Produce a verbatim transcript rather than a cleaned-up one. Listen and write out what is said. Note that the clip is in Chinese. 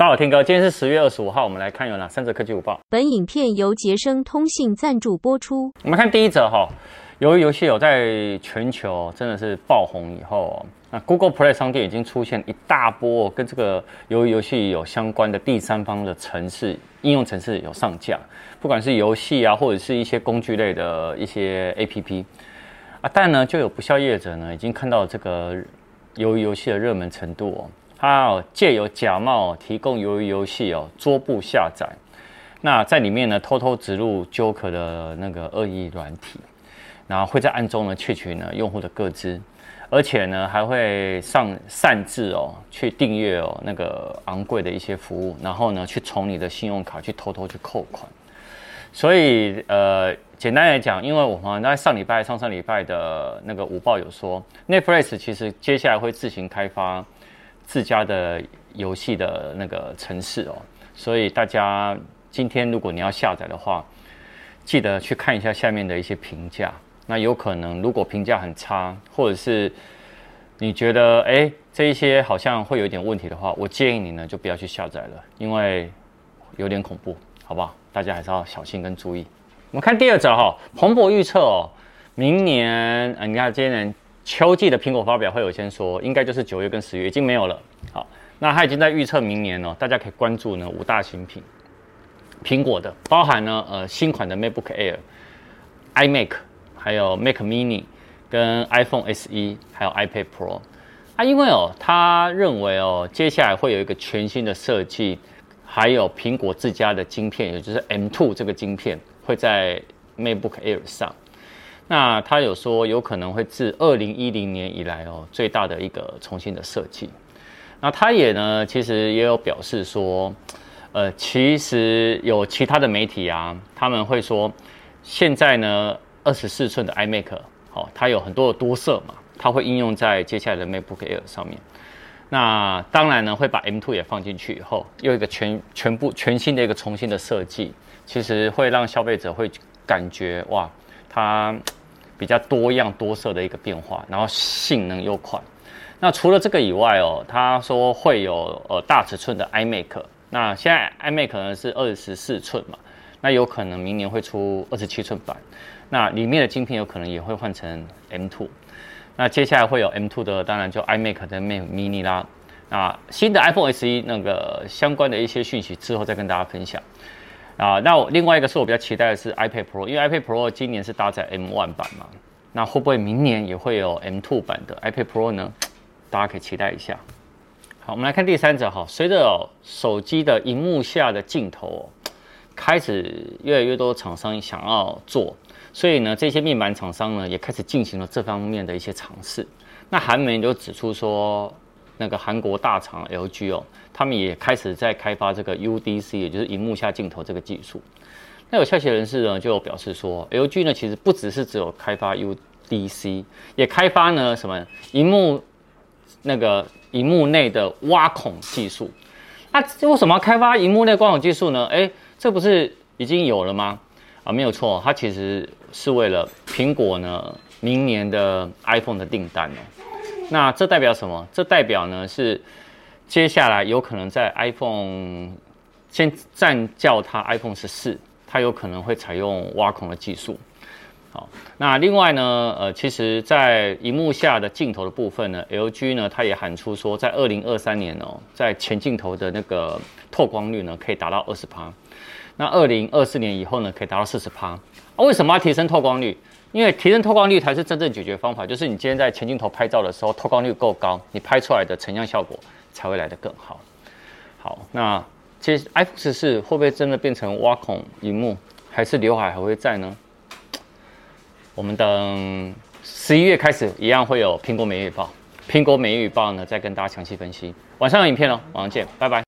大家好，天哥，今天是十月二十五号，我们来看有哪三则科技午报。 本影片由杰生通信赞助播出。 我们看第一则哈，由于游戏有在全球真的是爆红以后，那 Google Play 商店已经出现一大波跟这个由于游戏有相关的第三方的程式应用程式有上架，不管是游戏啊，或者是一些工具类的一些 A P P 啊，但呢，就有不肖业者呢已经看到这个由于游戏的热门程度哦。他哦借由假冒提供鱿鱼游戏哦桌布下载，那在里面呢偷偷植入 Joker 的那个恶意软体，然后会在暗中呢窃取呢用户的个资，而且呢还会上擅自哦去订阅哦那个昂贵的一些服务，然后呢去从你的信用卡去偷偷去扣款。所以呃简单来讲，因为我们在上礼拜上上礼拜的那个午报有说 Netflix 其实接下来会自行开发自家的游戏的那个程式哦，所以大家今天如果你要下载的话，记得去看一下下面的一些评价。那有可能如果评价很差，或者是你觉得哎这一些好像会有一点问题的话，我建议你呢就不要去下载了，因为有点恐怖，好不好？大家还是要小心跟注意。我们看第二则哈，彭博预测哦，明年啊，你看今年秋季的苹果发表会有先说，应该就是九月跟十月已经没有了。好，那他已经在预测明年哦，大家可以关注呢五大新品，苹果的，包含呢呃新款的 MacBook Air、iMac， 还有 Mac Mini 跟 iPhone S E， 还有 iPad Pro。啊，因为哦，他认为哦，接下来会有一个全新的设计，还有苹果自家的晶片，也就是 M 二 这个晶片会在 MacBook Air 上。那他有说有可能会自二零一零年以来哦最大的一个重新的设计。那他也呢其实也有表示说，呃其实有其他的媒体啊，他们会说现在呢二十四寸的 iMac 哦，它有很多的多色嘛，它会应用在接下来的 MacBook Air 上面。那当然呢会把 M 二 也放进去以后，又一个全全部全新的一个重新的设计，其实会让消费者会感觉哇，它比较多样多色的一个变化，然后性能又快。那除了这个以外哦，他说会有呃大尺寸的 iMac， 那现在 iMac 呢是二十四寸嘛，那有可能明年会出二十七寸版，那里面的晶片有可能也会换成 M 二。那接下来会有 M 二 的，当然就 iMac 跟 Mac Mini 啦。那新的 iPhone S E 那个相关的一些讯息之后再跟大家分享。啊，那我另外一个是我比较期待的是 iPad Pro， 因为 iPad Pro 今年是搭载 M 一 版嘛，那会不会明年也会有 M 二 版的 iPad Pro 呢？大家可以期待一下。好，我们来看第三则哈，随着、哦、手机的荧幕下的镜头、哦、开始越来越多厂商想要做，所以呢，这些面板厂商呢也开始进行了这方面的一些尝试。那韩媒就指出说，那个韩国大厂 L G 哦，他们也开始在开发这个 U D C， 也就是荧幕下镜头这个技术。那有消息人士呢就有表示说 ，L G 呢其实不只是只有开发 U D C， 也开发呢什么荧幕那个荧幕内的挖孔技术。那为什么要开发荧幕内挖孔技术呢？哎，这不是已经有了吗？啊，没有错，它其实是为了苹果呢明年的 iPhone 的订单哦。那这代表什么？这代表呢是接下来有可能在 iPhone 先暂叫它 iPhone 十四，它有可能会采用挖孔的技术。好，那另外呢，呃，其实在萤幕下的镜头的部分呢 ，L G 呢它也喊出说，在二零二三年哦，在前镜头的那个透光率呢可以达到 百分之二十， 那二零二四年以后呢可以达到 百分之四十。啊，为什么要提升透光率？因为提升透光率才是真正解决方法，就是你今天在前镜头拍照的时候，透光率够高，你拍出来的成像效果才会来得更好。好，那其实 iPhone 十四会不会真的变成挖孔萤幕，还是刘海还会在呢？我们等十一月开始，一样会有苹果每日预报。苹果每日预报呢，再跟大家详细分析。晚上有影片哦，晚上见，拜拜。